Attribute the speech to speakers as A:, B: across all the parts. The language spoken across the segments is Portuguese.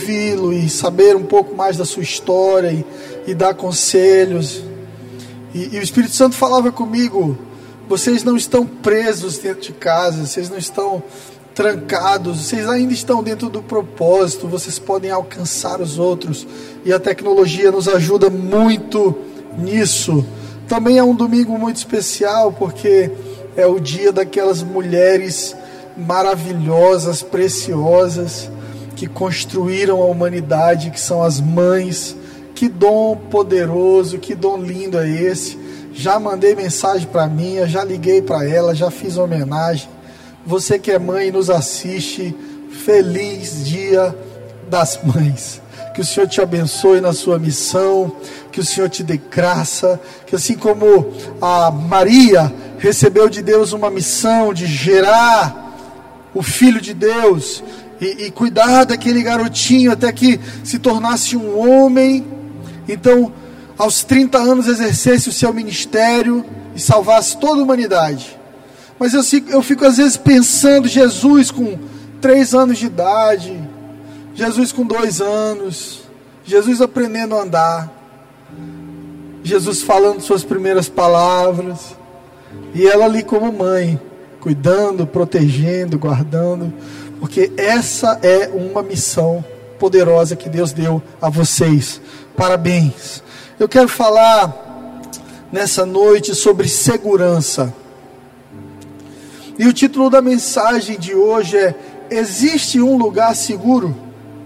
A: ouvi-lo e saber um pouco mais da sua história e dar conselhos. E o Espírito Santo falava comigo: vocês não estão presos dentro de casa, vocês não estão trancados, vocês ainda estão dentro do propósito, vocês podem alcançar os outros, e a tecnologia nos ajuda muito nisso. Também é um domingo muito especial, porque é o dia daquelas mulheres maravilhosas, preciosas, que construíram a humanidade, que são as mães. Que dom poderoso, que dom lindo é esse. Já mandei mensagem para mim, já liguei para ela, já fiz homenagem. Você que é mãe e nos assiste, feliz Dia das Mães. Que o Senhor te abençoe na sua missão, que o Senhor te dê graça, que assim como a Maria recebeu de Deus uma missão de gerar o Filho de Deus e cuidar daquele garotinho até que se tornasse um homem, então aos 30 anos exercesse o seu ministério e salvasse toda a humanidade. Mas eu fico às vezes pensando, Jesus com 3 anos de idade, Jesus com 2 anos, Jesus aprendendo a andar, Jesus falando suas primeiras palavras, e ela ali como mãe, cuidando, protegendo, guardando, porque essa é uma missão poderosa que Deus deu a vocês. Parabéns. Eu quero falar nessa noite sobre segurança. E o título da mensagem de hoje é: existe um lugar seguro?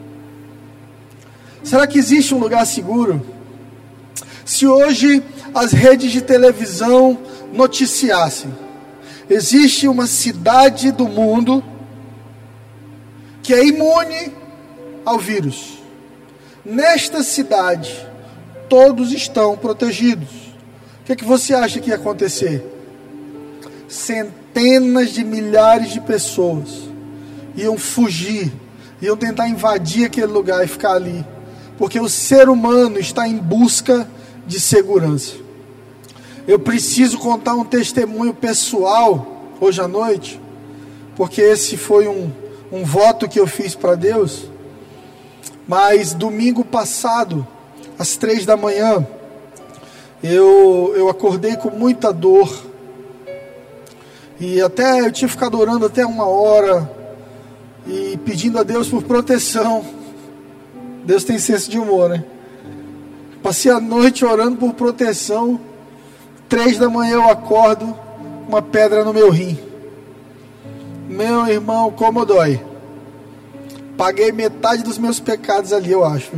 A: Será que existe um lugar seguro? Se hoje as redes de televisão noticiassem: existe uma cidade do mundo que é imune ao vírus. Nesta cidade, todos estão protegidos. O que é que você acha que ia acontecer? Centenas de milhares de pessoas iam fugir, iam tentar invadir aquele lugar e ficar ali, porque o ser humano está em busca de segurança. Eu preciso contar um testemunho pessoal hoje à noite, porque esse foi um voto que eu fiz para Deus. Mas domingo passado, às 3 da manhã, eu acordei com muita dor, e até eu tinha ficado orando até 1 hora e pedindo a Deus por proteção. Deus tem senso de humor, né? Passei a noite orando por proteção. 3 da manhã eu acordo com uma pedra no meu rim. Meu irmão, como dói. Paguei metade dos meus pecados ali, eu acho.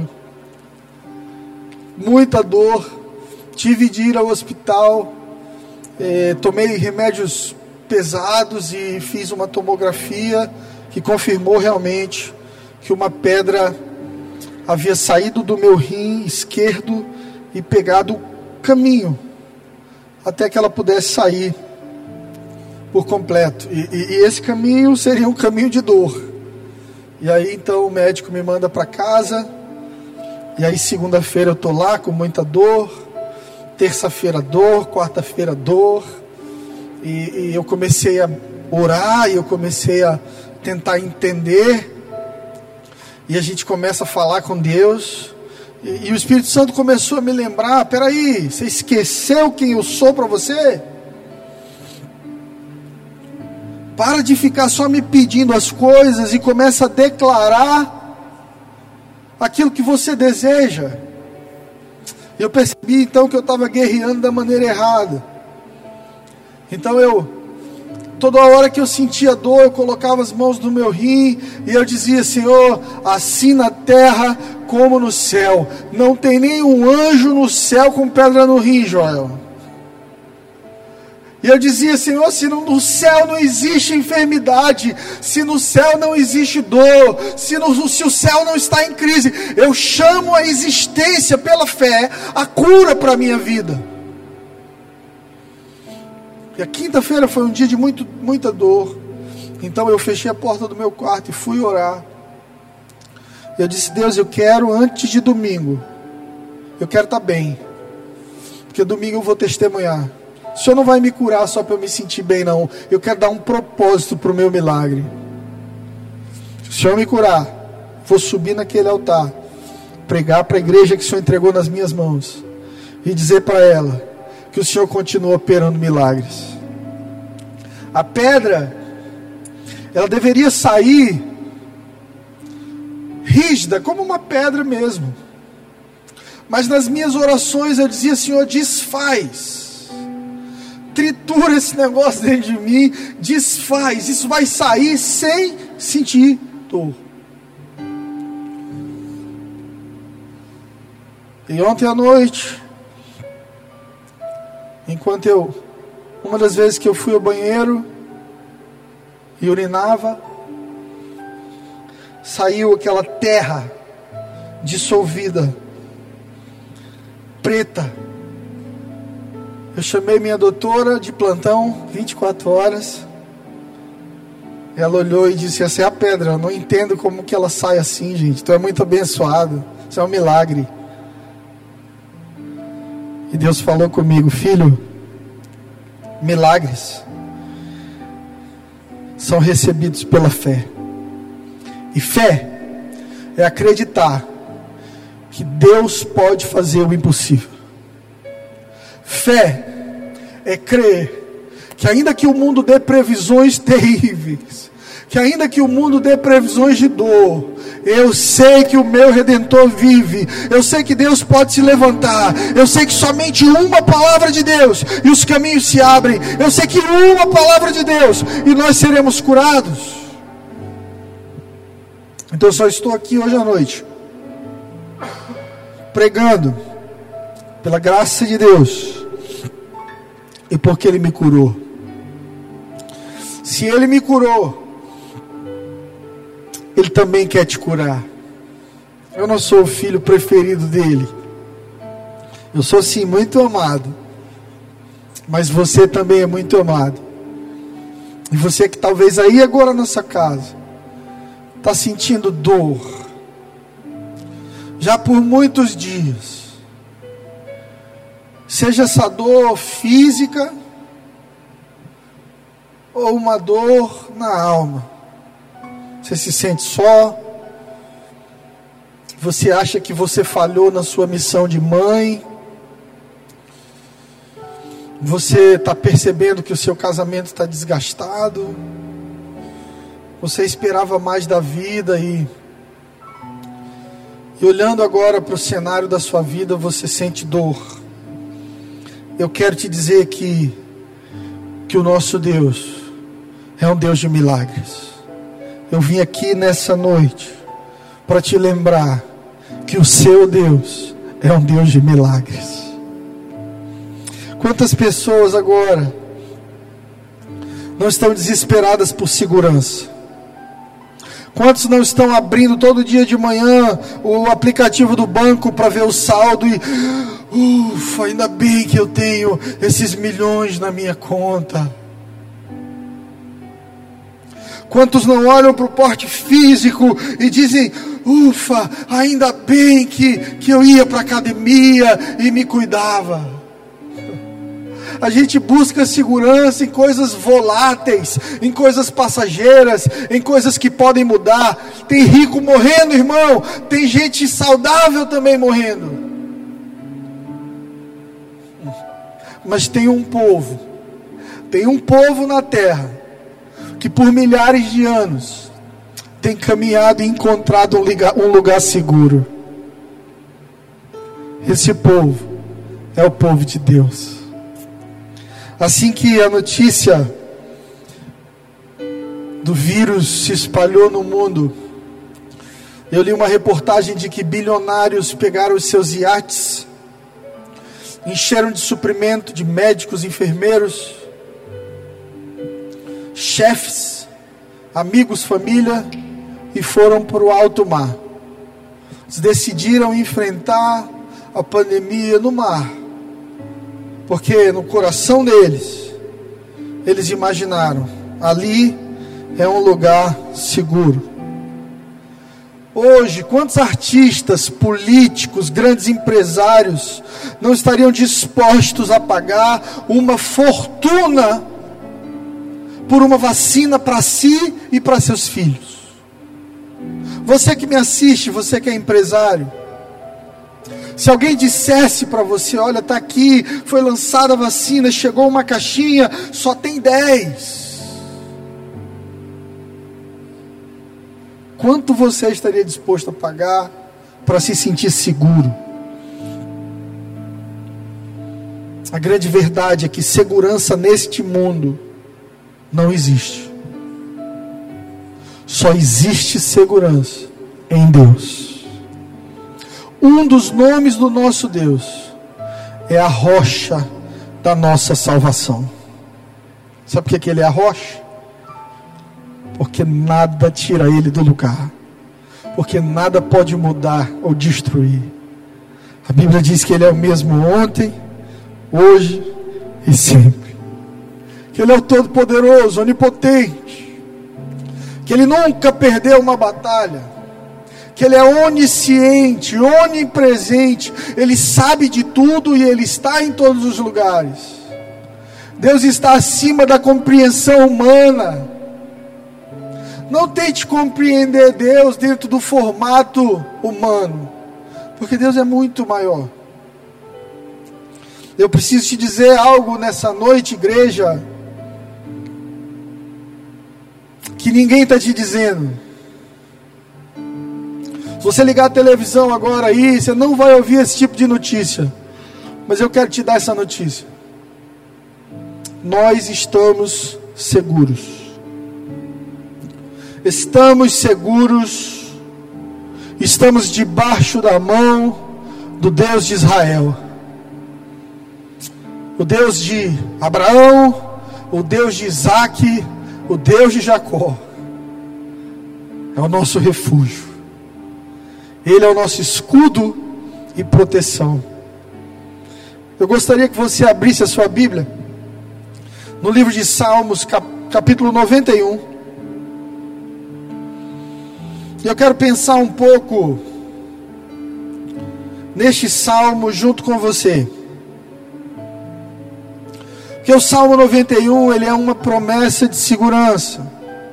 A: Muita dor. Tive de ir ao hospital. Tomei remédios pesados e fiz uma tomografia que confirmou realmente que uma pedra havia saído do meu rim esquerdo e pegado o caminho até que ela pudesse sair por completo. E esse caminho seria um caminho de dor. E aí então o médico me manda para casa. E aí segunda-feira eu estou lá com muita dor. Terça-feira dor, quarta-feira dor. E eu comecei a orar, e eu comecei a tentar entender. E a gente começa a falar com Deus. E o Espírito Santo começou a me lembrar: peraí, você esqueceu quem eu sou para você? Para de ficar só me pedindo as coisas e começa a declarar aquilo que você deseja. E eu percebi então que eu estava guerreando da maneira errada. Então toda hora que eu sentia dor, eu colocava as mãos no meu rim e eu dizia: Senhor, assim na terra como no céu. Não tem nenhum anjo no céu com pedra no rim, Joel. E eu dizia: Senhor, se no céu não existe enfermidade, se no céu não existe dor, se o céu não está em crise, eu chamo a existência pela fé, a cura para a minha vida. E a quinta-feira foi um dia de muita dor. Então eu fechei a porta do meu quarto e fui orar. Eu disse: Deus, eu quero antes de domingo, eu quero estar bem, porque domingo eu vou testemunhar. O Senhor não vai me curar só para eu me sentir bem, não. Eu quero dar um propósito para o meu milagre. Se o Senhor me curar, vou subir naquele altar, pregar para a igreja que o Senhor entregou nas minhas mãos e dizer para ela que o Senhor continua operando milagres. A pedra, ela deveria sair rígida, como uma pedra mesmo. Mas nas minhas orações eu dizia: Senhor, desfaz, tritura esse negócio dentro de mim, desfaz, isso vai sair sem sentir dor. E ontem à noite, uma das vezes que eu fui ao banheiro e urinava, saiu aquela terra dissolvida, preta. Eu chamei minha doutora de plantão, 24 horas. Ela olhou e disse: essa é a pedra. Eu não entendo como que ela sai assim, gente. Tu é muito abençoado, isso é um milagre. E Deus falou comigo: filho, milagres são recebidos pela fé. E fé é acreditar que Deus pode fazer o impossível. Fé é crer que ainda que o mundo dê previsões terríveis, que ainda que o mundo dê previsões de dor, eu sei que o meu Redentor vive, eu sei que Deus pode se levantar, eu sei que somente uma palavra de Deus e os caminhos se abrem, eu sei que uma palavra de Deus e nós seremos curados. Então eu só estou aqui hoje à noite pregando pela graça de Deus e porque Ele me curou. Se Ele me curou, Ele também quer te curar. Eu não sou o filho preferido dele, eu sou sim muito amado, mas você também é muito amado. E você que talvez aí agora na sua casa está sentindo dor, já por muitos dias, seja essa dor física ou uma dor na alma. Você se sente só, você acha que você falhou na sua missão de mãe, você está percebendo que o seu casamento está desgastado, você esperava mais da vida e olhando agora para o cenário da sua vida, você sente dor. Eu quero te dizer que o nosso Deus é um Deus de milagres. Eu vim aqui nessa noite para te lembrar que o seu Deus é um Deus de milagres. Quantas pessoas agora não estão desesperadas por segurança? Quantos não estão abrindo todo dia de manhã o aplicativo do banco para ver o saldo e ufa, ainda bem que eu tenho esses milhões na minha conta? Quantos não olham para o porte físico e dizem: ufa, ainda bem que eu ia para a academia e me cuidava? A gente busca segurança em coisas voláteis, em coisas passageiras, em coisas que podem mudar. Tem rico morrendo, irmão, tem gente saudável também morrendo. Mas tem um povo na terra que por milhares de anos tem caminhado e encontrado um lugar seguro. Esse povo é o povo de Deus. Assim que a notícia do vírus se espalhou no mundo, eu li uma reportagem de que bilionários pegaram os seus iates, encheram de suprimento de médicos, enfermeiros, chefes, amigos, família, e foram para o alto mar. Eles decidiram enfrentar a pandemia no mar, porque no coração deles, eles imaginaram: ali é um lugar seguro. Hoje, quantos artistas, políticos, grandes empresários não estariam dispostos a pagar uma fortuna por uma vacina para si e para seus filhos? Você que me assiste, você que é empresário, se alguém dissesse para você: olha, está aqui, foi lançada a vacina, chegou uma caixinha, só tem 10. Quanto você estaria disposto a pagar para se sentir seguro? A grande verdade é que segurança neste mundo não existe. Só existe segurança em Deus. Um dos nomes do nosso Deus é a rocha da nossa salvação. Sabe por que ele é a rocha? Porque nada tira ele do lugar. Porque nada pode mudar ou destruir. A Bíblia diz que ele é o mesmo ontem, hoje e sempre. Que ele é o Todo-Poderoso, Onipotente. Que ele nunca perdeu uma batalha. Que ele é onisciente, onipresente. Ele sabe de tudo e ele está em todos os lugares. Deus está acima da compreensão humana. Não tente compreender Deus dentro do formato humano, porque Deus é muito maior. Eu preciso te dizer algo nessa noite, igreja, que ninguém está te dizendo. Se você ligar a televisão agora aí, você não vai ouvir esse tipo de notícia, mas eu quero te dar essa notícia. Nós estamos seguros. Estamos seguros, estamos debaixo da mão do Deus de Israel, o Deus de Abraão, o Deus de Isaac, o Deus de Jacó. É o nosso refúgio, Ele é o nosso escudo e proteção. Eu gostaria que você abrisse a sua Bíblia no livro de Salmos, capítulo 91. E eu quero pensar um pouco neste salmo junto com você. Porque o Salmo 91, ele é uma promessa de segurança.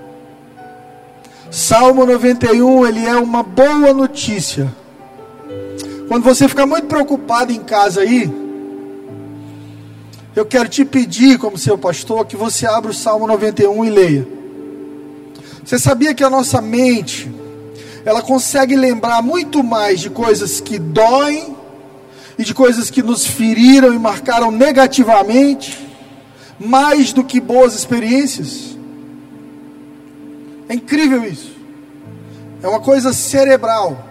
A: Salmo 91, ele é uma boa notícia. Quando você ficar muito preocupado em casa aí, eu quero te pedir, como seu pastor, que você abra o Salmo 91 e leia. Você sabia que a nossa mente, ela consegue lembrar muito mais de coisas que doem e de coisas que nos feriram e marcaram negativamente, mais do que boas experiências? É incrível isso. É uma coisa cerebral.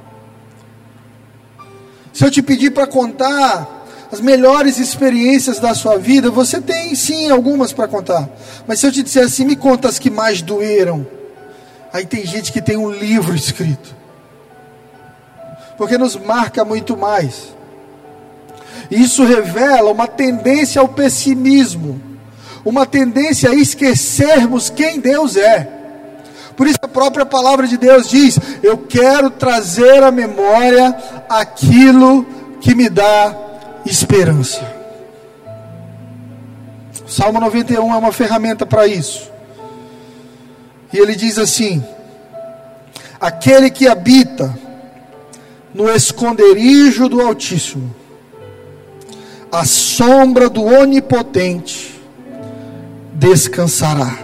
A: Se eu te pedir para contar as melhores experiências da sua vida, você tem sim algumas para contar. Mas se eu te disser assim, me conta as que mais doeram, aí tem gente que tem um livro escrito. Porque nos marca muito mais. E isso revela uma tendência ao pessimismo, uma tendência a esquecermos quem Deus é. Por isso a própria palavra de Deus diz: eu quero trazer à memória aquilo que me dá esperança. O Salmo 91 é uma ferramenta para isso. E ele diz assim: aquele que habita no esconderijo do Altíssimo, à sombra do Onipotente, descansará.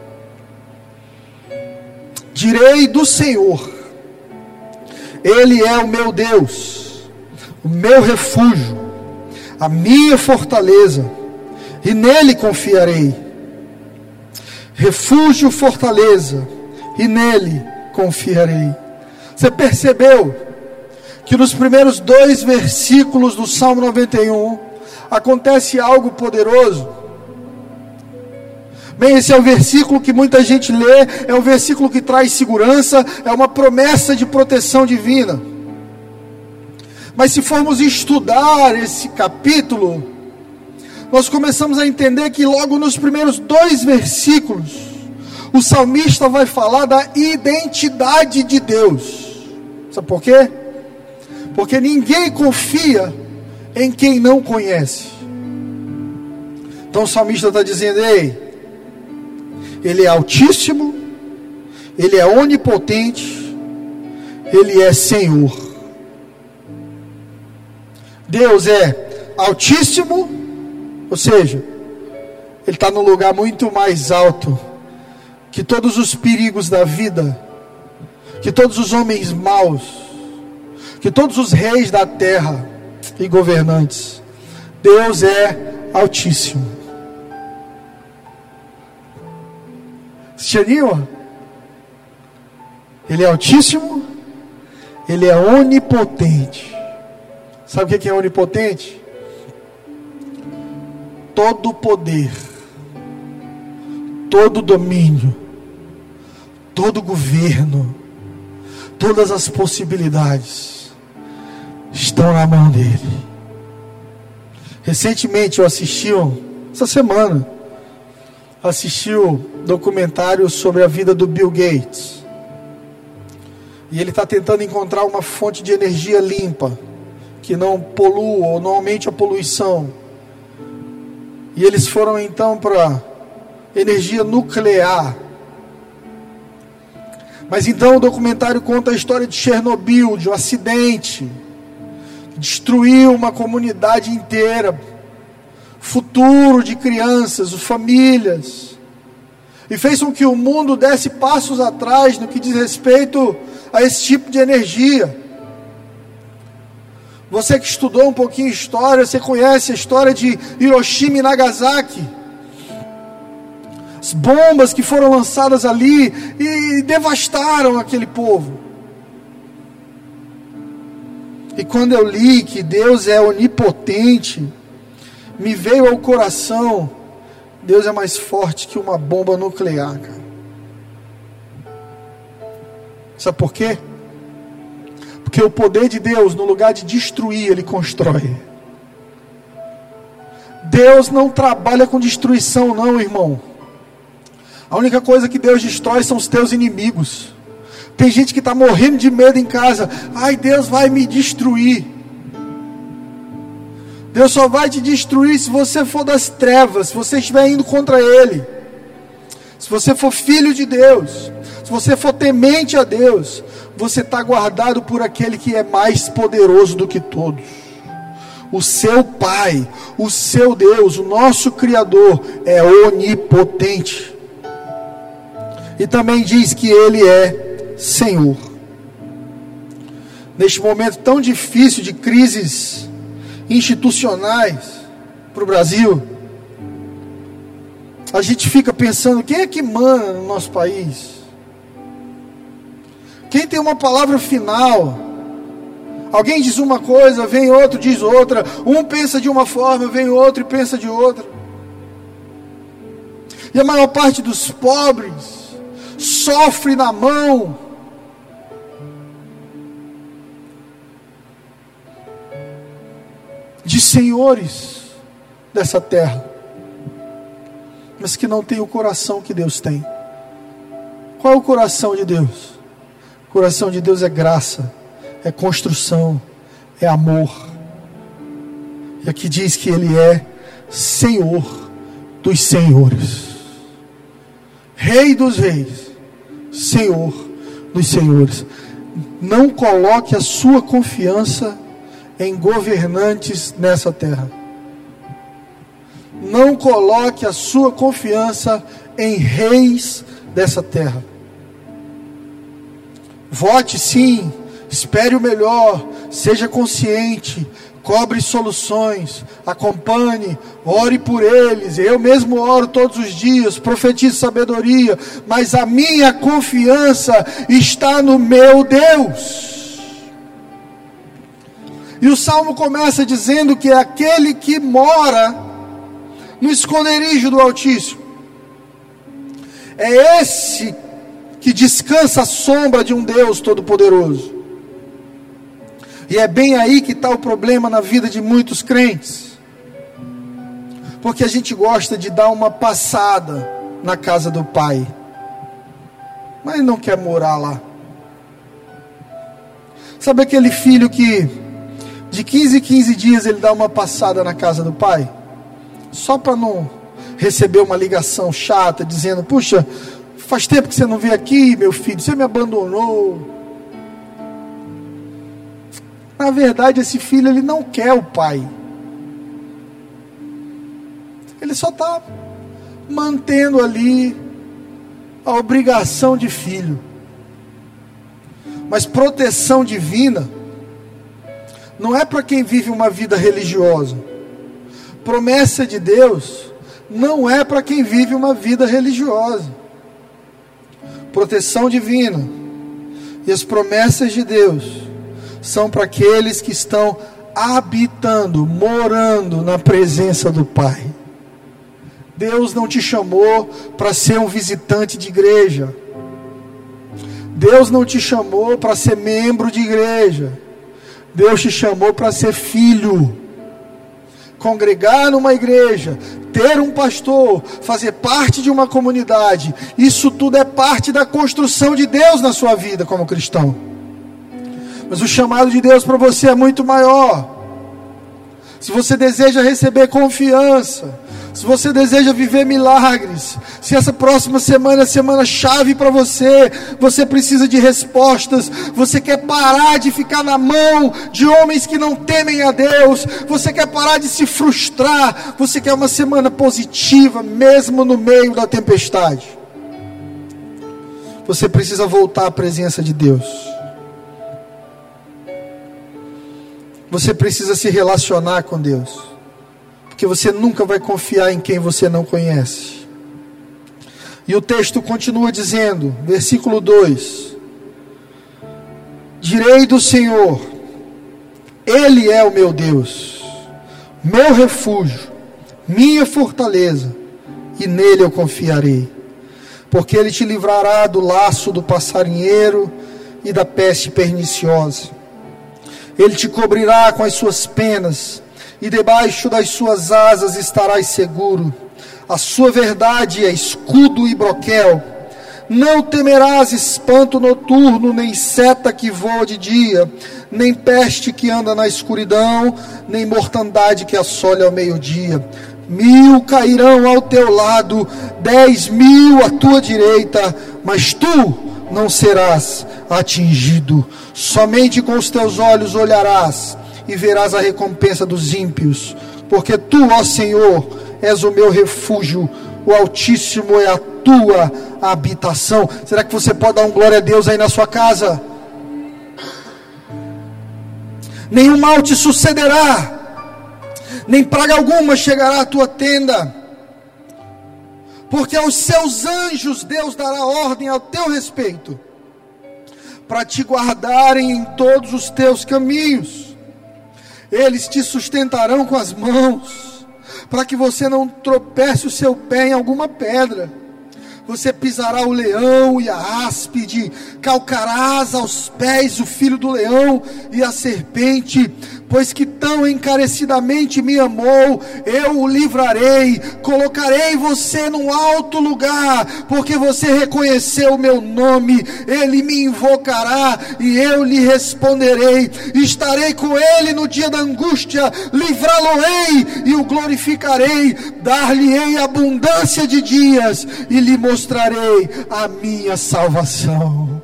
A: Direi do Senhor: Ele é o meu Deus, o meu refúgio, a minha fortaleza, e nele confiarei. Refúgio, fortaleza, e nele confiarei. Você percebeu que nos primeiros 2 versículos do Salmo 91 acontece algo poderoso? Bem, esse é o versículo que muita gente lê, é um versículo que traz segurança, é uma promessa de proteção divina. Mas se formos estudar esse capítulo, nós começamos a entender que logo nos primeiros 2 versículos, o salmista vai falar da identidade de Deus. Sabe por quê? Porque ninguém confia em quem não conhece. Então o salmista está dizendo: ei, Ele é altíssimo, Ele é onipotente, Ele é Senhor. Deus é altíssimo, ou seja, Ele está num lugar muito mais alto que todos os perigos da vida, que todos os homens maus, que todos os reis da terra e governantes. Deus é altíssimo. Se anima? Ele é altíssimo, Ele é onipotente. Sabe o que é onipotente? Todo poder, todo domínio, todo governo, todas as possibilidades estão na mão dele. Recentemente eu essa semana, assisti o documentário sobre a vida do Bill Gates. E ele está tentando encontrar uma fonte de energia limpa, que não polua, ou não aumente a poluição. E eles foram então para energia nuclear. Mas então o documentário conta a história de Chernobyl, de um acidente que destruiu uma comunidade inteira, futuro de crianças, famílias, e fez com que o mundo desse passos atrás no que diz respeito a esse tipo de energia. Você que estudou um pouquinho história, você conhece a história de Hiroshima e Nagasaki. As bombas que foram lançadas ali e devastaram aquele povo. E quando eu li que Deus é onipotente, me veio ao coração, Deus é mais forte que uma bomba nuclear, cara. Sabe por quê? Porque o poder de Deus, no lugar de destruir, Ele constrói. Deus não trabalha com destruição não, irmão. A única coisa que Deus destrói são os teus inimigos. Tem gente que está morrendo de medo em casa. Ai, Deus vai me destruir. Deus só vai te destruir se você for das trevas, se você estiver indo contra Ele. Se você for filho de Deus, se você for temente a Deus, você está guardado por aquele que é mais poderoso do que todos. O seu Pai, o seu Deus, o nosso Criador é onipotente. E também diz que Ele é Senhor. Neste momento tão difícil de crises institucionais para o Brasil, a gente fica pensando, quem é que manda no nosso país? Quem tem uma palavra final? Alguém diz uma coisa, vem outro, diz outra. Um pensa de uma forma, vem outro e pensa de outra. E a maior parte dos pobres sofre na mão de senhores dessa terra, mas que não tem o coração que Deus tem. Qual é o coração de Deus? O coração de Deus é graça, é construção, é amor. E aqui diz que Ele é Senhor dos senhores, Rei dos reis, Senhor dos senhores. Não coloque a sua confiança em governantes nessa terra. Não coloque a sua confiança em reis dessa terra. Vote sim, espere o melhor, seja consciente, cobre soluções, acompanhe, ore por eles. Eu mesmo oro todos os dias, profetizo sabedoria, mas a minha confiança está no meu Deus. E o Salmo começa dizendo que é aquele que mora no esconderijo do Altíssimo. É esse que descansa à sombra de um Deus Todo-Poderoso. E é bem aí que está o problema na vida de muitos crentes. Porque a gente gosta de dar uma passada na casa do Pai, mas não quer morar lá. Sabe aquele filho que de 15 em 15 dias ele dá uma passada na casa do pai? Só para não receber uma ligação chata, dizendo, puxa, faz tempo que você não veio aqui, meu filho, você me abandonou. na verdade esse filho ele não quer o pai. Ele só está mantendo ali a obrigação de filho. Mas proteção divina não é para quem vive uma vida religiosa. Promessa de Deus não é para quem vive uma vida religiosa. Proteção divina e as promessas de Deus são para aqueles que estão habitando, morando na presença do Pai. Deus não te chamou para ser um visitante de igreja. Deus não te chamou para ser membro de igreja. Deus te chamou para ser filho. Congregar numa igreja, ter um pastor, fazer parte de uma comunidade, isso tudo é parte da construção de Deus na sua vida como cristão. Mas o chamado de Deus para você é muito maior. Se você deseja receber confiança, se você deseja viver milagres, se essa próxima semana é semana chave para você, você precisa de respostas, você quer parar de ficar na mão de homens que não temem a Deus, você quer parar de se frustrar, você quer uma semana positiva, mesmo no meio da tempestade. Você precisa voltar à presença de Deus. Você precisa se relacionar com Deus. Porque você nunca vai confiar em quem você não conhece. E o texto continua dizendo, versículo 2: direi do Senhor, Ele é o meu Deus, meu refúgio, minha fortaleza, e nele eu confiarei. Porque Ele te livrará do laço do passarinheiro e da peste perniciosa. Ele te cobrirá com as suas penas, e debaixo das suas asas estarás seguro. A sua verdade é escudo e broquel. Não temerás espanto noturno, nem seta que voa de dia, nem peste que anda na escuridão, nem mortandade que assole ao meio-dia. 1.000 cairão ao teu lado, 10.000 à tua direita, mas tu não serás atingido. Somente com os teus olhos olharás e verás a recompensa dos ímpios, porque tu, ó Senhor, és o meu refúgio, o Altíssimo é a tua habitação. Será que você pode dar um glória a Deus aí na sua casa? Nenhum mal te sucederá, nem praga alguma chegará à tua tenda, porque aos seus anjos Deus dará ordem ao teu respeito, para te guardarem em todos os teus caminhos. Eles te sustentarão com as mãos, para que você não tropece o seu pé em alguma pedra. Você pisará o leão e a áspide, calcarás aos pés o filho do leão e a serpente. Pois que tão encarecidamente me amou, eu o livrarei, colocarei você num alto lugar, porque você reconheceu o meu nome. Ele me invocará e eu lhe responderei. Estarei com ele no dia da angústia, livrá-lo-ei e o glorificarei, dar-lhe-ei abundância de dias e lhe mostrarei a minha salvação.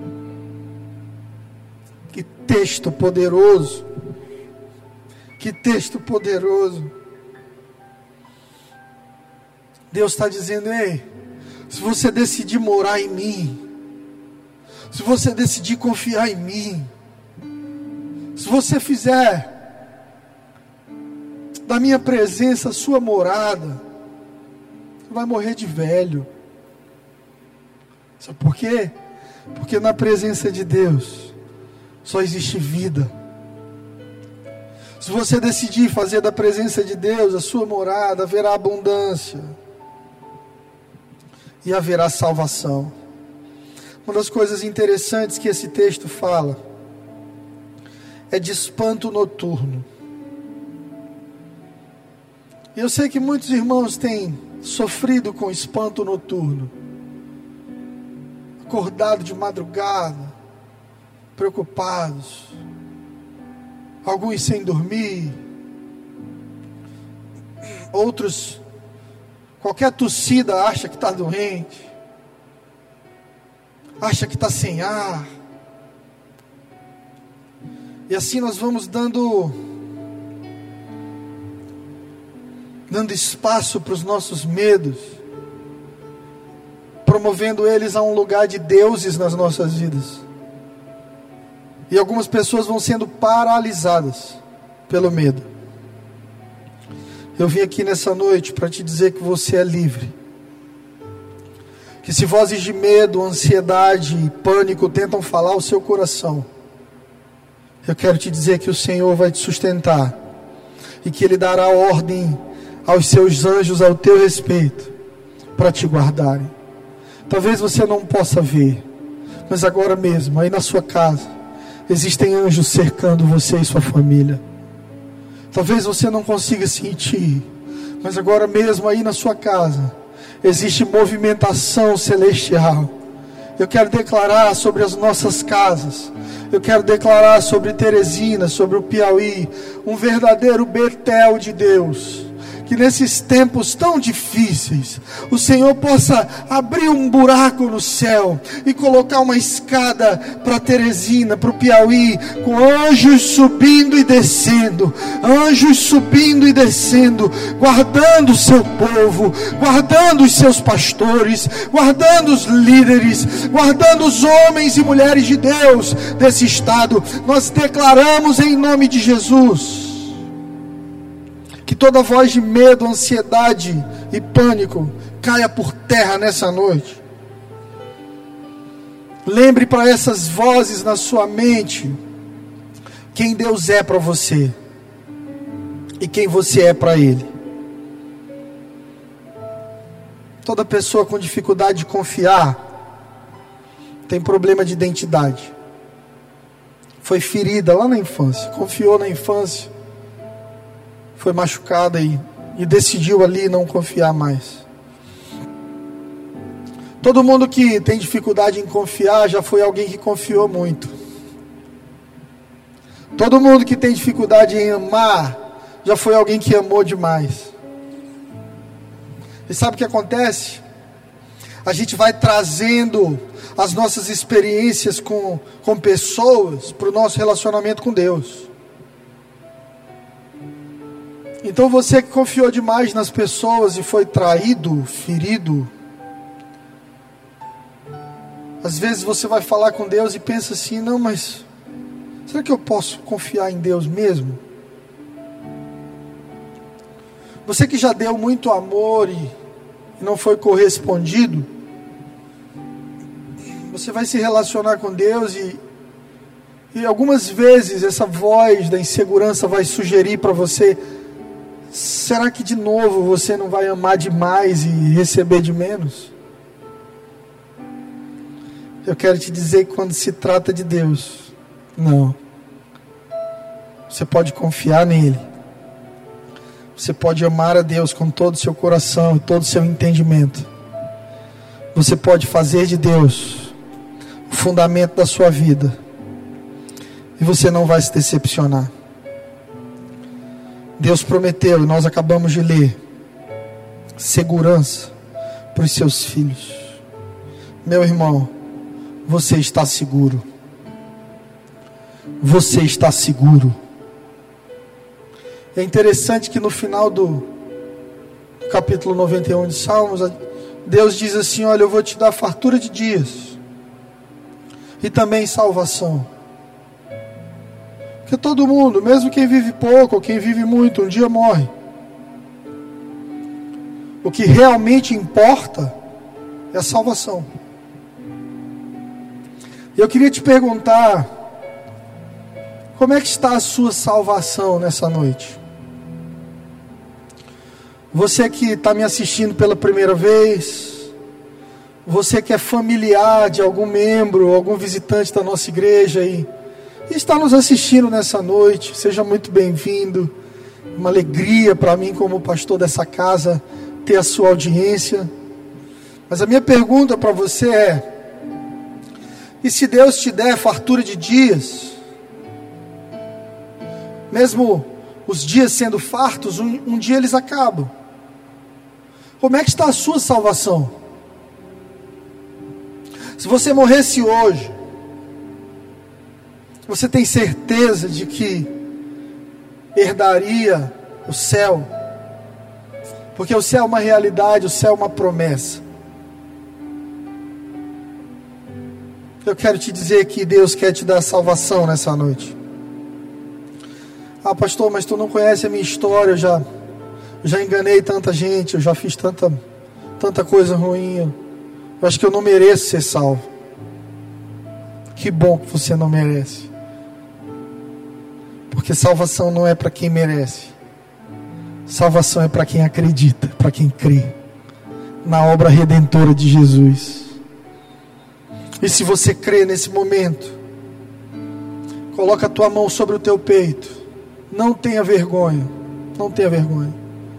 A: Que texto poderoso! Que texto poderoso. Deus está dizendo: ei, se você decidir morar em mim, se você decidir confiar em mim, se você fizer da minha presença a sua morada, você vai morrer de velho. Sabe por quê? Porque na presença de Deus só existe vida. Se você decidir fazer da presença de Deus a sua morada, haverá abundância e haverá salvação. Uma das coisas interessantes que esse texto fala é de espanto noturno. E eu sei que muitos irmãos têm sofrido com espanto noturno, acordado de madrugada, preocupados, alguns sem dormir, outros, qualquer tossida acha que está doente, acha que está sem ar. E assim nós vamos dando espaço para os nossos medos, promovendo eles a um lugar de deuses nas nossas vidas. E algumas pessoas vão sendo paralisadas pelo medo. Eu vim aqui nessa noite para te dizer que você é livre. Que se vozes de medo, ansiedade e pânico tentam falar ao seu coração, eu quero te dizer que o Senhor vai te sustentar. E que Ele dará ordem aos seus anjos ao teu respeito, para te guardarem. Talvez você não possa ver, mas agora mesmo, aí na sua casa, existem anjos cercando você e sua família. Talvez você não consiga sentir, mas agora mesmo aí na sua casa, existe movimentação celestial. Eu quero declarar sobre as nossas casas, eu quero declarar sobre Teresina, sobre o Piauí, um verdadeiro Betel de Deus. Que nesses tempos tão difíceis, o Senhor possa abrir um buraco no céu e colocar uma escada para Teresina, para o Piauí, com anjos subindo e descendo, guardando o seu povo, guardando os seus pastores, guardando os líderes, guardando os homens e mulheres de Deus desse estado. Nós declaramos em nome de Jesus que toda voz de medo, ansiedade e pânico caia por terra nessa noite. Lembre para essas vozes na sua mente quem Deus é para você e quem você é para Ele. Toda pessoa com dificuldade de confiar tem problema de identidade. Foi ferida lá na infância, confiou na infância, foi machucada e decidiu ali não confiar mais. Todo mundo que tem dificuldade em confiar já foi alguém que confiou muito. Todo mundo que tem dificuldade em amar já foi alguém que amou demais. E sabe o que acontece? A gente vai trazendo as nossas experiências com pessoas para o nosso relacionamento com Deus. Então você que confiou demais nas pessoas e foi traído, ferido, às vezes você vai falar com Deus e pensa assim: não, mas será que eu posso confiar em Deus mesmo? Você que já deu muito amor e não foi correspondido, você vai se relacionar com Deus e algumas vezes essa voz da insegurança vai sugerir para você: será que de novo você não vai amar demais e receber de menos? Eu quero te dizer que quando se trata de Deus, não. Você pode confiar nele. Você pode amar a Deus com todo o seu coração e todo o seu entendimento. Você pode fazer de Deus o fundamento da sua vida. E você não vai se decepcionar. Deus prometeu, e nós acabamos de ler, segurança para os seus filhos. Meu irmão, você está seguro. Você está seguro. É interessante que no final do capítulo 91 de Salmos, Deus diz assim: olha, eu vou te dar fartura de dias e também salvação. Porque todo mundo, mesmo quem vive pouco ou quem vive muito, um dia morre. O que realmente importa é a salvação. E eu queria te perguntar: como é que está a sua salvação nessa noite? Você que está me assistindo pela primeira vez, você que é familiar de algum membro, algum visitante da nossa igreja e está nos assistindo nessa noite, seja muito bem-vindo. Uma alegria para mim como pastor dessa casa ter a sua audiência. Mas a minha pergunta para você é: e se Deus te der fartura de dias, mesmo os dias sendo fartos, um dia eles acabam? Como é que está a sua salvação? Se você morresse hoje, Você tem certeza de que herdaria o céu? Porque o céu é uma realidade, o céu é uma promessa. Eu quero te dizer que Deus quer te dar salvação nessa noite. Ah, pastor, mas tu não conhece a minha história, eu já enganei tanta gente, eu já fiz tanta coisa ruim, eu acho que eu não mereço ser salvo. Que bom que você não merece. Porque salvação não é para quem merece. Salvação é para quem acredita, para quem crê na obra redentora de Jesus. E se você crê nesse momento, coloca a tua mão sobre o teu peito. Não tenha vergonha. Não tenha vergonha.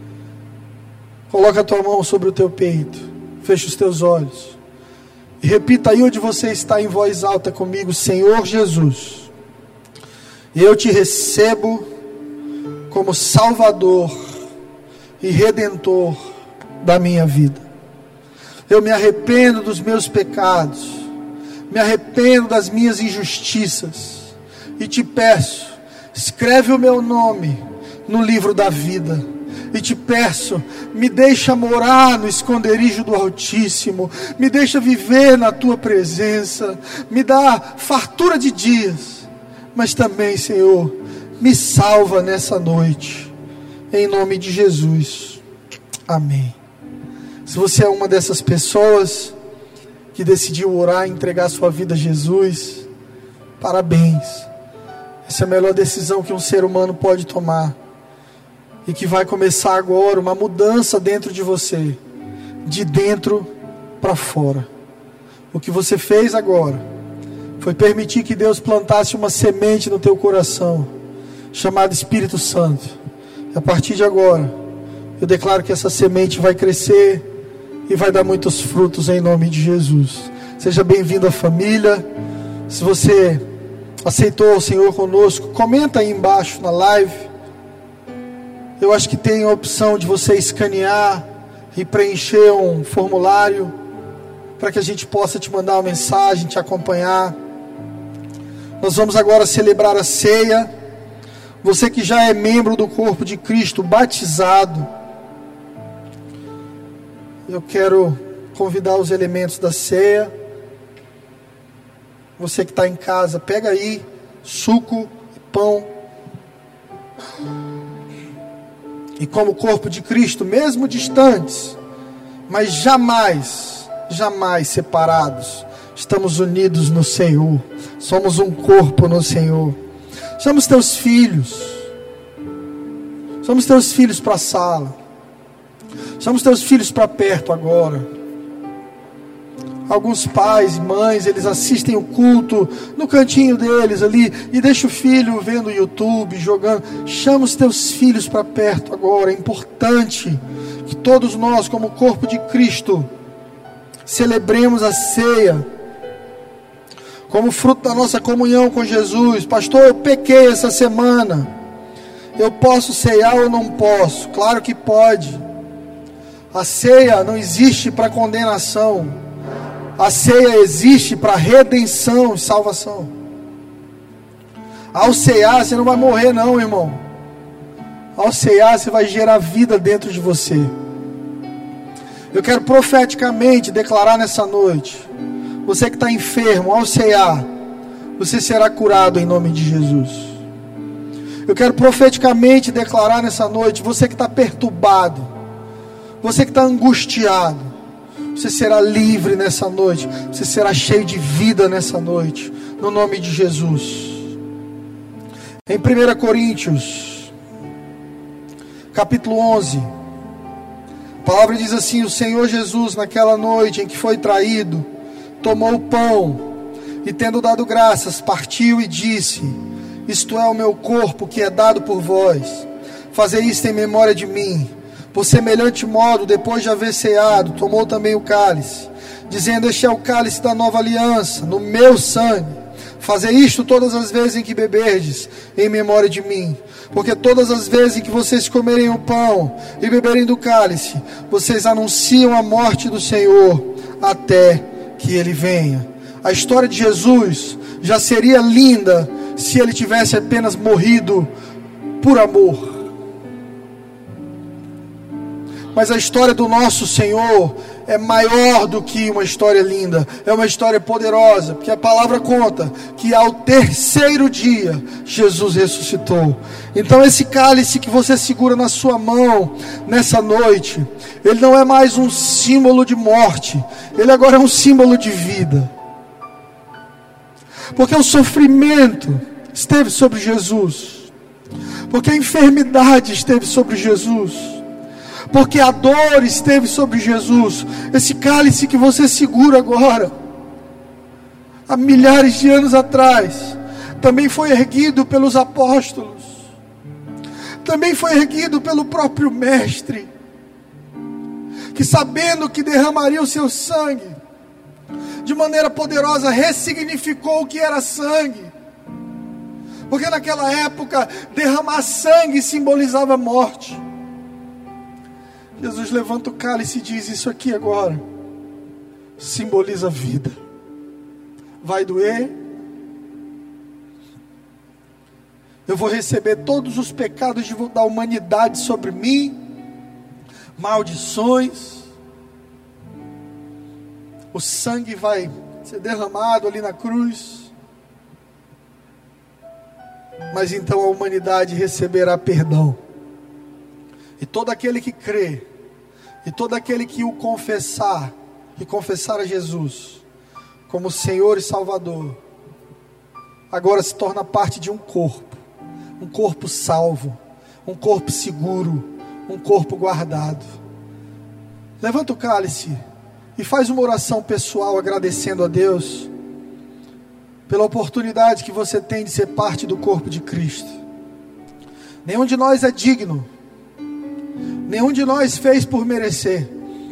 A: Coloca a tua mão sobre o teu peito. Fecha os teus olhos. E repita aí onde você está em voz alta comigo: Senhor Jesus, eu te recebo como Salvador e Redentor da minha vida. Eu me arrependo dos meus pecados, me arrependo das minhas injustiças e te peço, escreve o meu nome no livro da vida. E te peço, me deixa morar no esconderijo do Altíssimo, me deixa viver na tua presença, me dá fartura de dias, mas também, Senhor, me salva nessa noite, em nome de Jesus, amém. Se você é uma dessas pessoas que decidiu orar e entregar sua vida a Jesus, parabéns. Essa é a melhor decisão que um ser humano pode tomar. E que vai começar agora uma mudança dentro de você, de dentro para fora. O que você fez agora foi permitir que Deus plantasse uma semente no teu coração, chamada Espírito Santo. E a partir de agora, eu declaro que essa semente vai crescer e vai dar muitos frutos em nome de Jesus. Seja bem-vindo à família. Se você aceitou o Senhor conosco, comenta aí embaixo na live. Eu acho que tem a opção de você escanear e preencher um formulário para que a gente possa te mandar uma mensagem, te acompanhar. Nós vamos agora celebrar a ceia. Você que já é membro do corpo de Cristo, batizado, eu quero convidar os elementos da ceia. Você que está em casa, pega aí suco e pão. E como corpo de Cristo, mesmo distantes, mas jamais separados, estamos unidos no Senhor. Somos um corpo no Senhor. Chama os teus filhos. Chama os teus filhos para a sala. Chama os teus filhos para perto agora. Alguns pais e mães, eles assistem o culto no cantinho deles ali e deixa o filho vendo o YouTube, jogando. Chama os teus filhos para perto agora. É importante que todos nós, como corpo de Cristo, celebremos a ceia como fruto da nossa comunhão com Jesus. Pastor, eu pequei essa semana. Eu posso ceiar ou não posso? Claro que pode. A ceia não existe para condenação. A ceia existe para redenção e salvação. Ao ceiar, você não vai morrer não, irmão. Ao ceiar, você vai gerar vida dentro de você. Eu quero profeticamente declarar nessa noite: você que está enfermo, ao ceiar, você será curado em nome de Jesus. Eu quero profeticamente declarar nessa noite: você que está perturbado, você que está angustiado, você será livre nessa noite. Você será cheio de vida nessa noite, no nome de Jesus. Em 1 Coríntios capítulo 11, a palavra diz assim: o Senhor Jesus, naquela noite em que foi traído, tomou o pão e, tendo dado graças, partiu e disse: isto é o meu corpo que é dado por vós, fazei isto em memória de mim. Por semelhante modo, depois de haver ceado, tomou também o cálice, dizendo: este é o cálice da nova aliança, no meu sangue. Fazei isto todas as vezes em que beberdes, em memória de mim. Porque todas as vezes em que vocês comerem o pão e beberem do cálice, vocês anunciam a morte do Senhor, até que Ele venha. A história de Jesus já seria linda se ele tivesse apenas morrido por amor. Mas a história do nosso Senhor é maior do que uma história linda. É uma história poderosa, porque a palavra conta que ao terceiro dia Jesus ressuscitou. Então esse cálice que você segura na sua mão nessa noite, ele não é mais um símbolo de morte, ele agora é um símbolo de vida. Porque o sofrimento esteve sobre Jesus, porque a enfermidade esteve sobre Jesus, porque a dor esteve sobre Jesus. Esse cálice que você segura agora, há milhares de anos atrás, também foi erguido pelos apóstolos, também foi erguido pelo próprio Mestre, que sabendo que derramaria o seu sangue, de maneira poderosa, ressignificou o que era sangue. Porque naquela época, derramar sangue simbolizava morte. Jesus levanta o cálice e diz: isso aqui agora simboliza vida. Vai doer. Eu vou receber todos os pecados da humanidade sobre mim, maldições. O sangue vai ser derramado ali na cruz. Mas então a humanidade receberá perdão. E todo aquele que crê, e todo aquele que o confessar, e confessar a Jesus como Senhor e Salvador, agora se torna parte de um corpo salvo, um corpo seguro, um corpo guardado. Levanta o cálice e faz uma oração pessoal agradecendo a Deus pela oportunidade que você tem de ser parte do corpo de Cristo. Nenhum de nós é digno, nenhum de nós fez por merecer,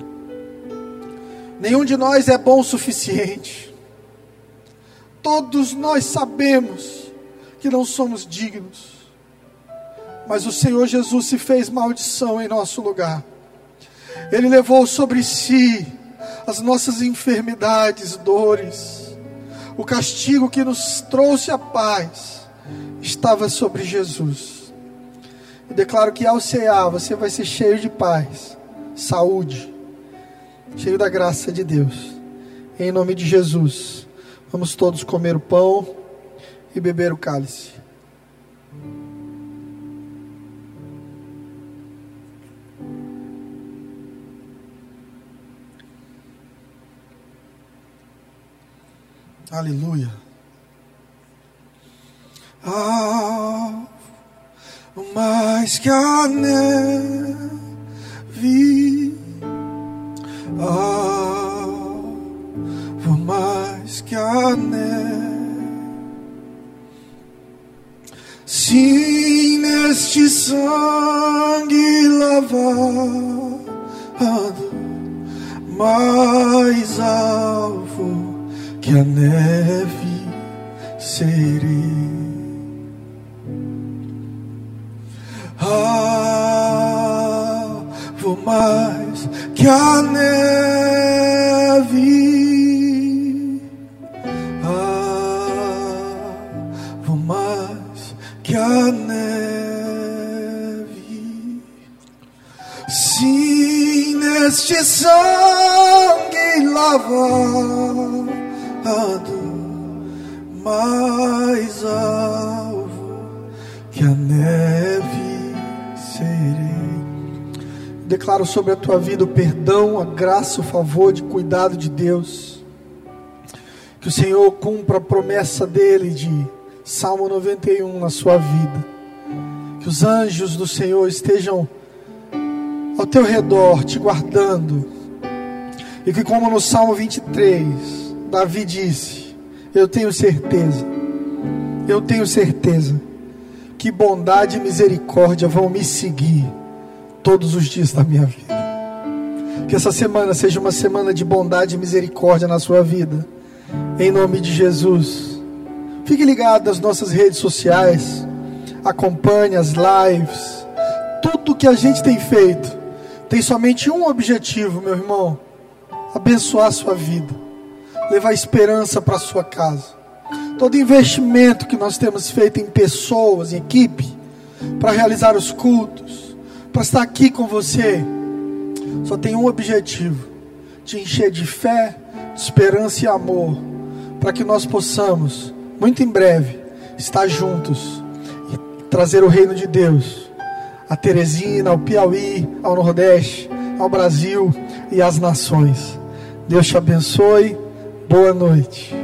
A: nenhum de nós é bom o suficiente. Todos nós sabemos que não somos dignos, mas o Senhor Jesus se fez maldição em nosso lugar. Ele levou sobre si as nossas enfermidades, dores. O castigo que nos trouxe a paz estava sobre Jesus. Eu declaro que ao cear você vai ser cheio de paz, saúde, cheio da graça de Deus. Em nome de Jesus, vamos todos comer o pão e beber o cálice. Aleluia. Mais que a neve, mais que a neve, sim, neste sangue lavado, mais alvo que a neve serei. Vou mais que a neve, vou mais que a neve, sim, neste sangue lavado, mais alvo que a neve serei. Declaro sobre a tua vida o perdão, a graça, o favor de cuidado de Deus. Que o Senhor cumpra a promessa dele de Salmo 91 na sua vida. Que os anjos do Senhor estejam ao teu redor, te guardando. E que, como no Salmo 23, Davi disse: eu tenho certeza que bondade e misericórdia vão me seguir todos os dias da minha vida. Que essa semana seja uma semana de bondade e misericórdia na sua vida, em nome de Jesus. Fique ligado nas nossas redes sociais, acompanhe as lives. Tudo que a gente tem feito tem somente um objetivo, meu irmão: abençoar a sua vida, levar esperança para a sua casa. todo investimento que nós temos feito em pessoas, em equipe, para realizar os cultos, para estar aqui com você, só tem um objetivo: te encher de fé, de esperança e amor, para que nós possamos, muito em breve, estar juntos e trazer o reino de Deus a Teresina, ao Piauí, ao Nordeste, ao Brasil e às nações. Deus te abençoe. Boa noite.